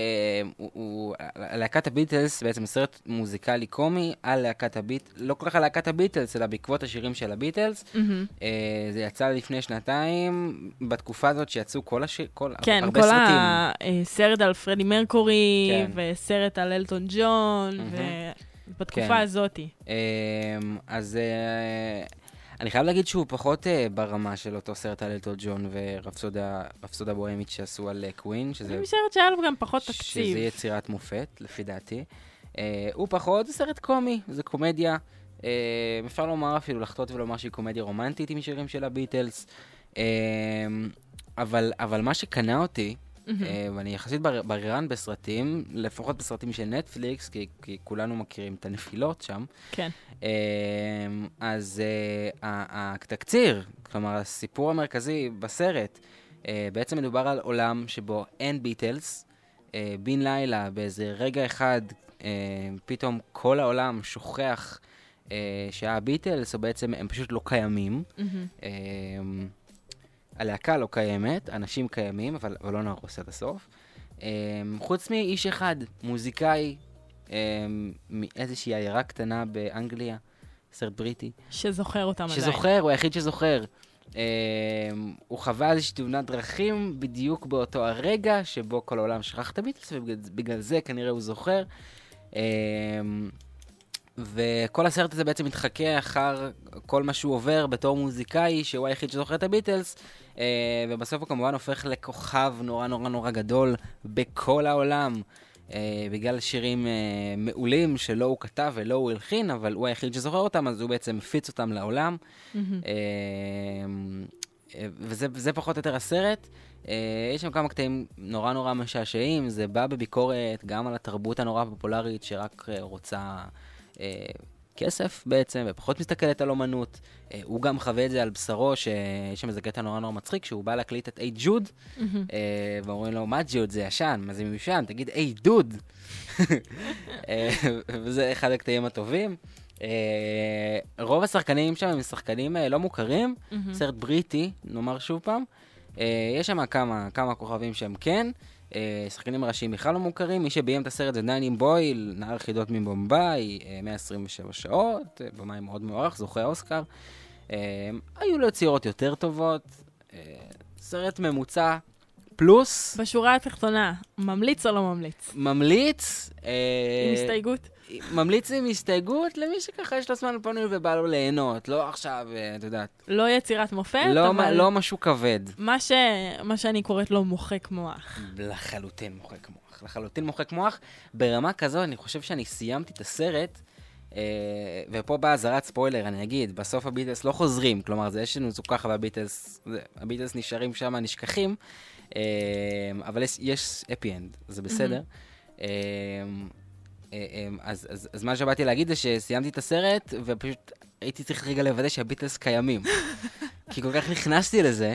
להקת הביטלס, בעצם סרט מוזיקלי קומי על להקת הביטלס, לא כל כך על להקת הביטלס, אלא בעקבות השירים של הביטלס. זה יצא לפני שנתיים, בתקופה הזאת שיצאו הרבה סרטים. כן, כל הסרט על פרדי מרקורי, וסרט על אלטון ג'ון, ובתקופה הזאת. אז... אני חייב להגיד שהוא פחות ברמה של אותו סרט על אלטון ג'ון ורפסודה בוהמית שעשו על קווין. אני משערת שהיה לו גם פחות תקציב. שזה יצירת מופת, לפי דעתי. הוא פחות, זה סרט קומי, זה קומדיה. אפשר לומר אפילו לחטות ולומר שהיא קומדיה רומנטית עם שירים של הביטלס. אבל מה שקנה אותי, ואני יחסית בררן בסרטים, לפחות בסרטים של נטפליקס, כי כולנו מכירים את הנפילות שם. כן. אז התקציר, כלומר הסיפור המרכזי בסרט, בעצם מדובר על עולם שבו אין ביטלס, בן לילה, באיזה רגע אחד, פתאום כל העולם שוכח שהביטלס, או בעצם הם פשוט לא קיימים. הלהקה לא קיימת, אנשים קיימים, אבל לא נהרוס עד הסוף. חוץ מאיש אחד, מוזיקאי, מאיזושהי עיירה קטנה באנגליה, סרט בריטי. שזוכר אותם עדיין. שזוכר, הוא היחיד שזוכר. הוא חווה איזושהי תאונת דרכים בדיוק באותו הרגע שבו כל העולם שכח את הביטלס, ובגלל זה כנראה הוא זוכר. וכל הסרט הזה בעצם מתחכה אחר כל מה שהוא עובר בתור מוזיקאי, שהוא היחיד שזוכר את הביטלס, ובסוף הוא כמובן הופך לכוכב נורא נורא נורא גדול בכל העולם, בגלל שירים מעולים שלא הוא כתב ולא הוא הלחין, אבל הוא היחיד שזוכר אותם, אז הוא בעצם מפיץ אותם לעולם. וזה פחות או יותר הסרט. יש שם כמה קטעים נורא נורא משעשעים, זה בא בביקורת גם על התרבות הנורא פופולרית שרק רוצה כסף בעצם, ופחות מסתכלת על אומנות. הוא גם חווה את זה על בשרו, שיש שם איזה קטע נורא נורא מצחיק, שהוא בא להקליט את איי ג'וד, ואומרים לו, מה ג'וד? זה ישן, מה זה מיושן? תגיד, איי דוד. וזה אחד הקטעים הטובים. רוב השחקנים שם הם שחקנים לא מוכרים, סרט בריטי, נאמר שוב פעם. יש שם כמה כוכבים שהם כן, שחקנים ראשיים בכלל לא מוכרים. מי שביים את הסרט זה דני בויל, נער חידות מבומביי, 127 שעות, במאי מאוד מוערך, זוכה אוסקר. היו לו ציורות יותר טובות, סרט ממוצע פלוס. בשורה התחתונה, ממליץ או לא ממליץ? ממליץ. עם הסתייגות? ממליץ עם הסתייגות למי שככה יש לו זמן פנוי ובא לו ליהנות, לא עכשיו, את יודעת. לא יצירת מופת, אבל... לא משהו כבד. מה שאני קוראת לו מוחק מוח. לחלוטין מוחק מוח. לחלוטין מוחק מוח. ברמה כזו, אני חושב שאני סיימתי את הסרט, ופה באה אזהרת ספוילר, אני אגיד, בסוף הביטלס לא חוזרים, כלומר, זה יש לנו זו ככה, והביטלס נשארים שם, נשכחים, אבל יש אפי אנד, זה בסדר. אז מה שבאתי להגיד זה שסיימתי את הסרט, ופשוט הייתי צריך רגע לוודא שהביטלס קיימים. כי כל כך נכנסתי לזה,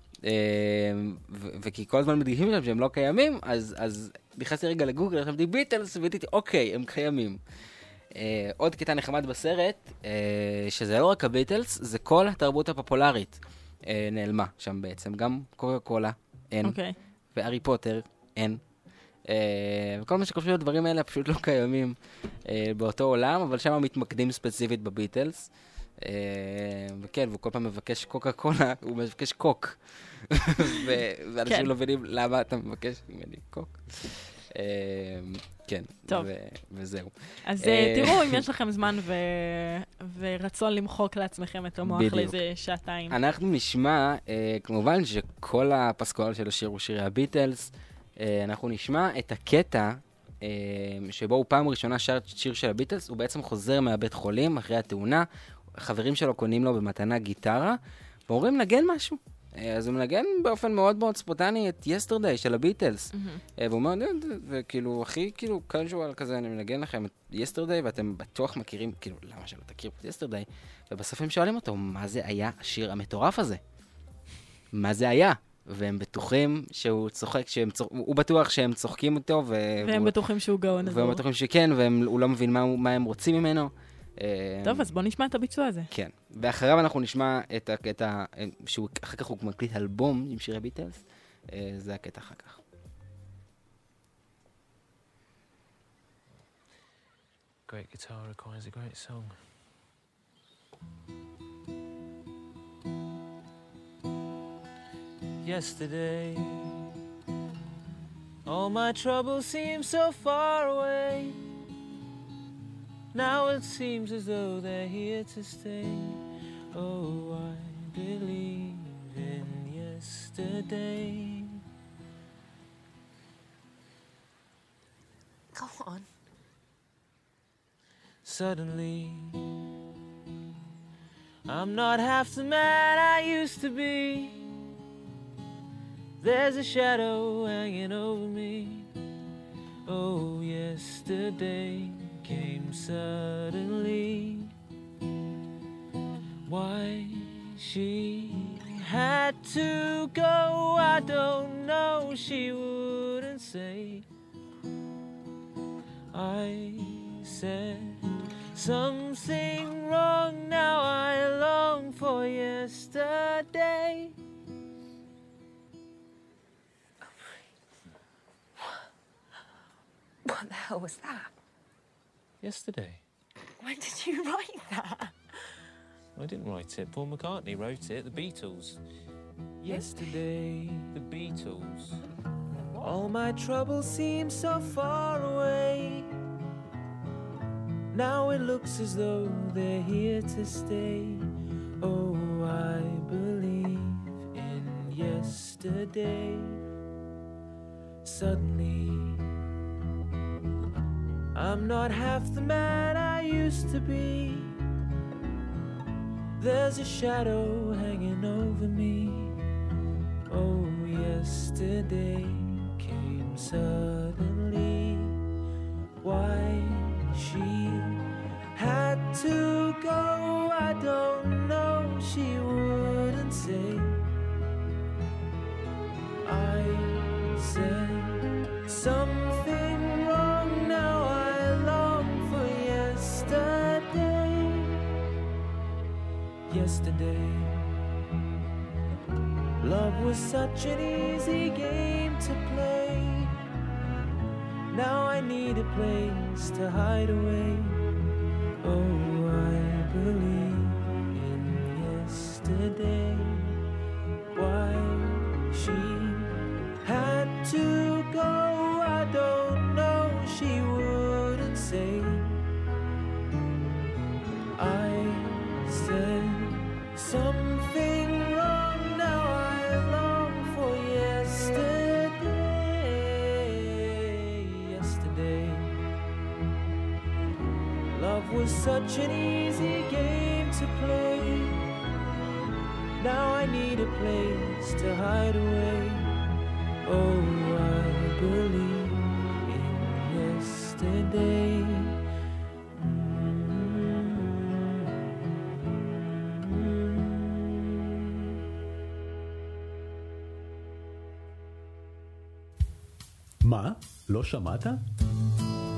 וכי כל הזמן מדגישים שם שהם לא קיימים, אז נכנסתי רגע לגוגל, חשבתי ביטלס, והייתי, אוקיי, הם קיימים. עוד קטע נחמד בסרט, שזה לא רק הביטלס, זה כל התרבות הפופולרית נעלמה שם בעצם. גם קוקה קולה, אין. והארי פוטר, אין. וכל מה שקשור לדברים האלה פשוט לא קיימים באותו עולם, אבל שם מתמקדים ספציפית בביטלס. וכן, והוא כל פעם מבקש קוקה קולה, הוא מבקש קוק. ואנשים לא מבינים למה אתה מבקש ממני קוק. כן, וזהו. אז תראו אם יש לכם זמן ורצון למחוק לעצמכם את המוח לאיזה שעתיים. אנחנו נשמע, כמובן שכל הפסקול של השיר הוא שירי הביטלס, אנחנו נשמע את הקטע שבו הוא פעם ראשונה שר שיר של הביטלס, הוא בעצם חוזר מהבית חולים אחרי התאונה, חברים שלו קונים לו במתנה גיטרה, ואומרים נגן משהו. אז הוא מנגן באופן מאוד מאוד ספונטני את Yesterday של הביטלס. והוא אומר, וכאילו, הכי כאילו קאז'ואל כזה, אני מנגן לכם את Yesterday, ואתם בטוח מכירים, כאילו, למה שלא תכירו את Yesterday? ובסוף הם שואלים אותו, מה זה היה השיר המטורף הזה? מה זה היה? והם בטוחים שהוא צוחק, הוא בטוח שהם צוחקים אותו, והם בטוחים שהוא גאון. והם בטוחים שכן, והוא לא מבין מה הם רוצים ממנו. טוב, אז בוא נשמע את הביצוע הזה. כן. ואחריו אנחנו נשמע את הקטע, אחר כך הוא מקליט אלבום עם שירי ביטלס. זה הקטע אחר כך. Great guitar requires a great song. Yesterday, all my troubles seem so far away. Now it seems as though they're here to stay. Oh, I believe in yesterday. Go on. Suddenly, I'm not half the man I used to be. There's a shadow hanging over me. Oh, yesterday came suddenly. Why she had to go, I don't know, she wouldn't say. I said something wrong, now I long for yesterday. What the hell was that? Yesterday. When did you write that? I didn't write it. Paul McCartney wrote it. The Beatles. Yesterday, the Beatles. All my troubles seem so far away. Now it looks as though they're here to stay. Oh, I believe in yesterday. Suddenly, I'm not half the man I used to be. There's a shadow hanging over me. Oh, yesterday came suddenly. Why she had to go, I don't know, she wouldn't say. I said something wrong, now I long for yesterday. Yesterday, love was such an easy game to play. Now I need a place to hide away. Oh, I believe in yesterday. Why she had to go, I don't know, she wouldn't say. I said something wrong, now I long for yesterday. Yesterday, love was such an easy game to play. Now I need a place to hide away. Oh, I believe in yesterday. מה? לא שמעת?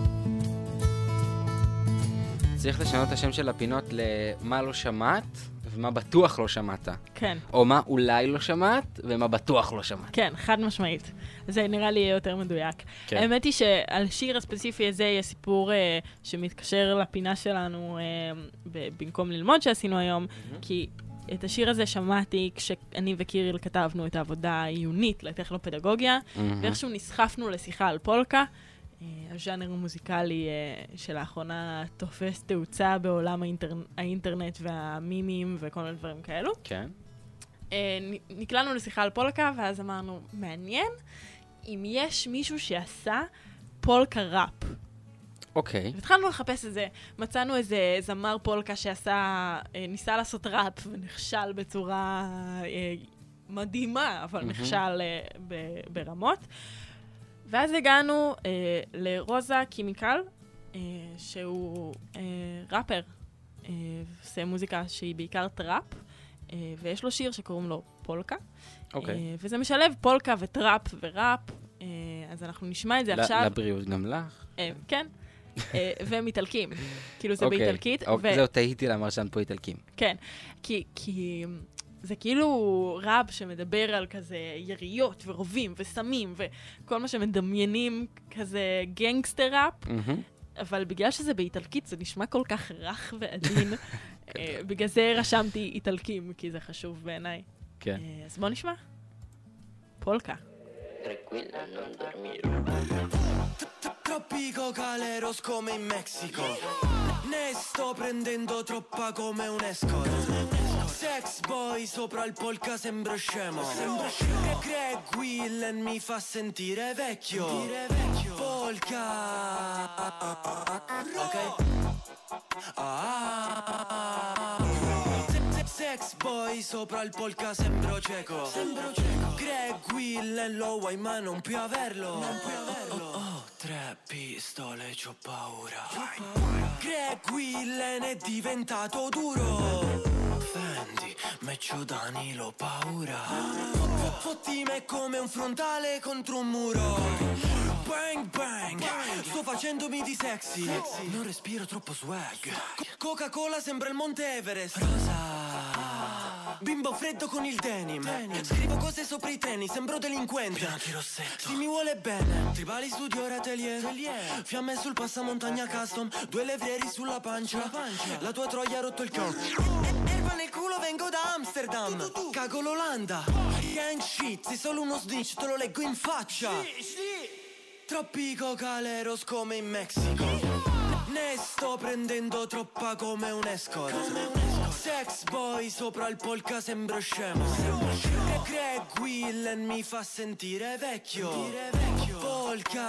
צריך לשנות את השם של הפינות למה לא שמעת, ומה בטוח לא שמעת. כן. או מה אולי לא שמעת, ומה בטוח לא שמעת. כן, חד משמעית. זה נראה לי יותר מדויק. כן. האמת היא שעל שיר הספציפי הזה יש סיפור שמתקשר לפינה שלנו במקום ללמוד שעשינו היום, כי את השיר הזה שמעתי כשאני וקיריל כתבנו את העבודה העיונית לטכנופדגוגיה, ואיכשהו נסחפנו לשיחה על פולקה, הז'אנר המוזיקלי שלאחרונה תופס תאוצה בעולם האינטרנט והמימים וכל מיני דברים כאלו. כן. נקלענו לשיחה על פולקה, ואז אמרנו, מעניין אם יש מישהו שעשה פולקה ראפ. אוקיי. והתחלנו לחפש את זה, מצאנו איזה זמר פולקה ניסה לעשות ראפ ונכשל בצורה מדהימה, אבל נכשל ברמות. ואז הגענו לרוזה קימיקל, שהוא ראפר, עושה מוזיקה שהיא בעיקר טראפ, ויש לו שיר שקוראים לו פולקה. אוקיי. וזה משלב פולקה וטראפ וראפ, אז אנחנו נשמע את זה עכשיו. לבריאות גם לך. כן. ומאיטלקים. כאילו זה באיטלקית. זהו, תהיתי למה רשמת פה איטלקים. כן, כי זה כאילו ראפ שמדבר על כזה יריות ורובים וסמים וכל מה שמדמיינים כזה גנגסטר ראפ, אבל בגלל שזה באיטלקית זה נשמע כל כך רך ועדין, בגלל זה רשמתי איטלקים, כי זה חשוב בעיניי. כן. אז בוא נשמע. פולקה. Troppi cocaleros come in Messico. Ne sto prendendo troppa come un escort. Sex boy sopra il polka sembro scemo. E Greg Willen mi fa sentire vecchio. Polka. Ok. Sex boy sopra il polka sembro cieco. Greg Willen lo vuoi ma non puoi averlo. Oh, 3 pistole c'ho paura. Greg Willen è diventato duro. Fendi, Meccio Danilo paura. Fotti me come un frontale contro un muro. Bang bang, sto facendomi di sexy. Non respiro troppo swag. Coca-Cola sembra il Monte Everest. Rosa. Bimbo freddo con il denim. Scrivo cose sopra i treni, sembro delinquente. Bianchi rossetto. Si mi vuole bene. Tribali studio atelier. Fiamme sul passamontagna custom. 2 levrieri sulla pancia. La tua troia ha rotto il con. Erba nel culo vengo da Amsterdam. Cago l'Olanda. Gang shit, sei solo uno snitch, te lo leggo in faccia. Troppi cocaleros come in Messico. Ne sto prendendo troppa come un escort. Sex boy sopra il polka sembro scemo. E Greg Willen mi fa sentire vecchio. Polka.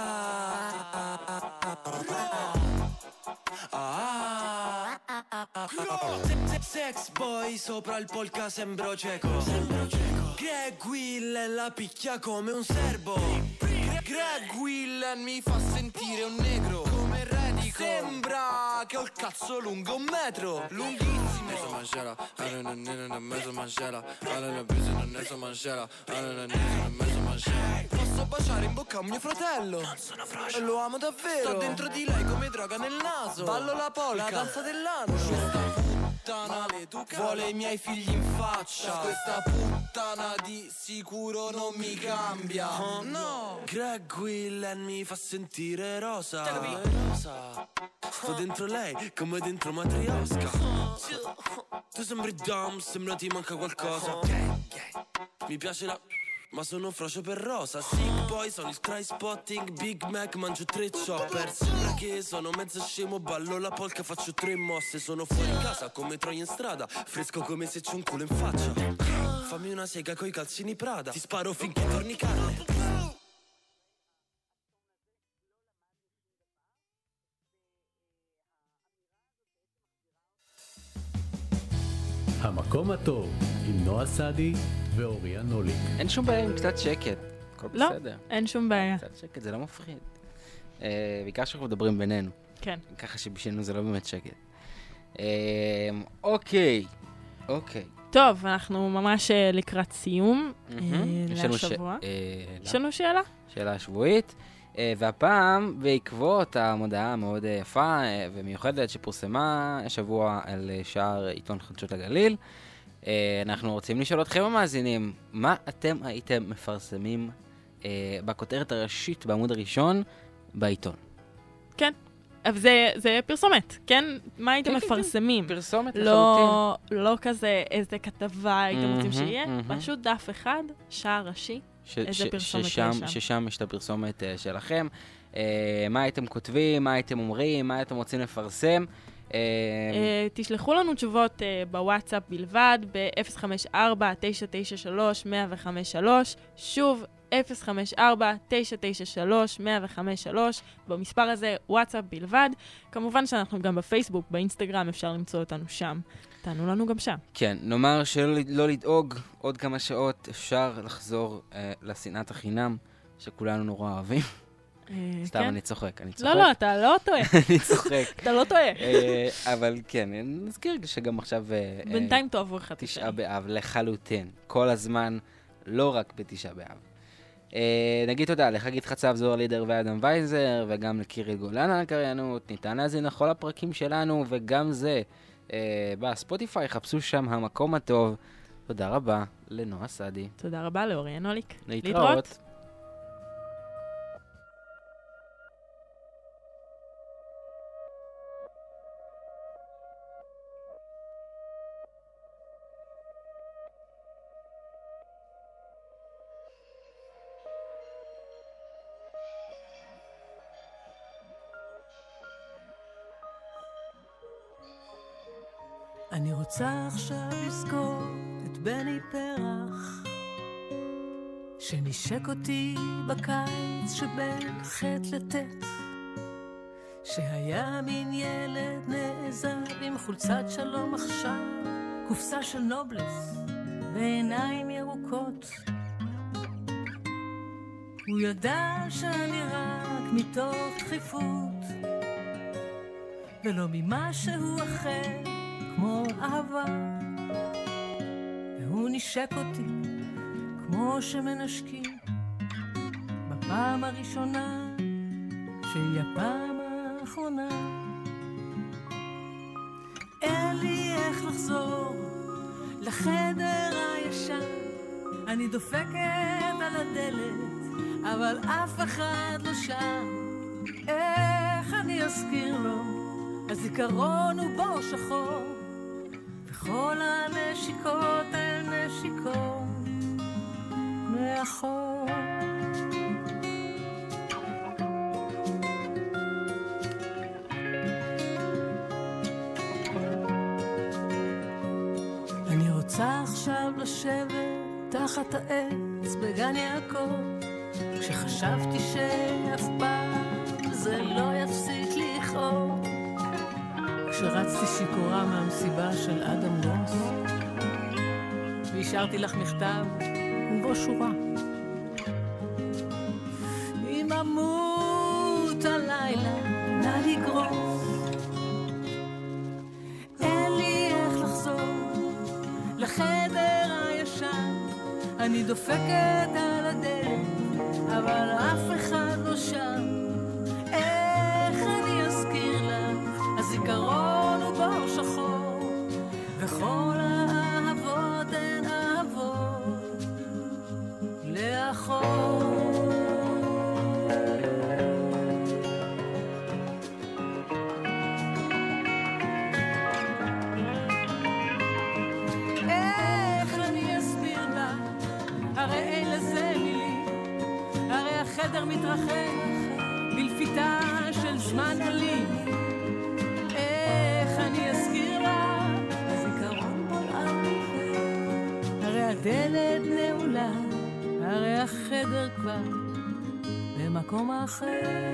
Sex boy sopra il polka sembro cieco. Greg Willen la picchia come un serbo. Greg Willen mi fa sentire un negro. Come Radico. Sembra che ho il cazzo lungo 1 metro. Lunghissimo. Mezzo mangela, mezzo mangela. Mezzo mangela, mezzo mangela. Posso baciare in bocca a mio fratello? Non sono frocio. Lo amo davvero. Sto dentro di lei come droga nel naso. Ballo la polka, la danza dell'anno. Questa puttana vuole i miei figli in faccia. Questa puttana di sicuro non mi cambia. No. Greg Willen mi fa sentire rosa. Rosa. Sto dentro lei come dentro Matrioska. Tu sembri dumb, sembra ti manca qualcosa. Mi piace la... ma sono un frocio per rosa. Sick boy, sono il try-spotting. Big Mac, mangio 3 chopper. Sembra che sono mezzo scemo. Ballo la polka, faccio 3 mosse. Sono fuori casa come Troia in strada. Fresco come se c'ho un culo in faccia. Fammi una sega coi calzini Prada. Ti sparo finché torni carne. המקום הטוב עם נועה סעדי ואוריה נוליק. אין שום בעיה עם קצת שקט, הכל בסדר. לא, אין שום בעיה. קצת שקט, זה לא מפחיד. בעיקר שאנחנו מדברים בינינו. כן. ככה שבשבינו זה לא באמת שקט. אוקיי. טוב, אנחנו ממש לקראת סיום לשבוע. יש לנו שאלה? שאלה שבועית. והפעם, בעקבות המודעה המאוד יפה ומיוחדת שפורסמה השבוע על שער עיתון חדשות הגליל, אנחנו רוצים לשאול אתכם המאזינים, מה אתם הייתם מפרסמים בכותרת הראשית בעמוד הראשון בעיתון? כן, אבל זה פרסומת, כן? מה הייתם מפרסמים? פרסומת לחלוטין. לא כזה איזה כתבה הייתם רוצים שיהיה, פשוט דף אחד, שער ראשי, איזה פרסומת יש שם. ששם יש את הפרסומת שלכם. מה הייתם כותבים, מה הייתם אומרים, מה הייתם רוצים לפרסם. תשלחו לנו תשובות בוואטסאפ בלבד, ב-054-993-1053, שוב 054-993-1053, במספר הזה וואטסאפ בלבד. כמובן שאנחנו גם בפייסבוק, באינסטגרם, אפשר למצוא אותנו שם. תענו לנו גם שם. כן, נאמר שלא לדאוג, עוד כמה שעות אפשר לחזור לשנאת החינם, שכולנו נורא אוהבים. סתם, אני צוחק. לא, אתה לא טועה. אני צוחק. אתה לא טועה. אבל כן, נזכיר שגם עכשיו... בינתיים תאהבו אחד. תשעה באב, לחלוטין. כל הזמן, לא רק בתשעה באב. נגיד תודה לחגית חצב, זוהר לידר ואדם וייזר, וגם לקירית גולן על הקריינות. ניתן להזין לכל הפרקים שלנו, וגם זה בספוטיפיי, חפשו שם המקום הטוב. תודה רבה לנועה סעדי. תודה רבה לאוריה נוליק. להתראות. אני רוצה עכשיו לזכור את בני פרח שנשק אותי בקיץ שבין חטא לטט, שהיה מין ילד נעזב עם חולצת שלום עכשיו, קופסה של נובלס ועיניים ירוקות. הוא ידע שאני רק מתוך דחיפות ולא ממשהו אחר כמו אהבה, והוא נשק אותי כמו שמנשקים בפעם הראשונה שהיא הפעם האחרונה. אין לי איך לחזור לחדר הישן, אני דופקת על הדלת אבל אף אחד לא שם. איך אני אזכיר לו, הזיכרון הוא בור שחור וכל הנשיקות הן נשיקות מאחור. אני רוצה עכשיו לשבת תחת העץ בגן יעקב, כשחשבתי שאף פעם זה לא יפסיק לכאוב, כשרצתי שיכורה מהמסיבה של אדם גוס והשארתי לך מכתב ובו שורה: אם אמות הלילה נא לגרוס. אין לי איך לחזור לחדר הישן, אני דופקת על הדלת אבל אף אחד לא שם. איך אני אזכיר לך, הזיכרון הוא בור שחור וכל האהבות הן אהבות לאחור. איך אני אסביר לה, הרי אין לזה מילים, הרי החדר מתרחב בלפיתה של זמן אלים. איך אני אזכיר לה, הזיכרון בולען הרי הדלת נעולה, הרי החדר כבר במקום אחר.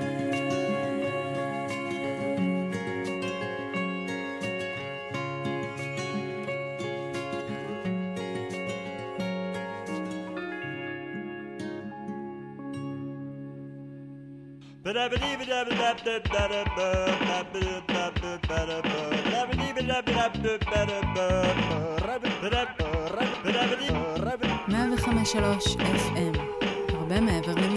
FM, הרבה מעבר למילים.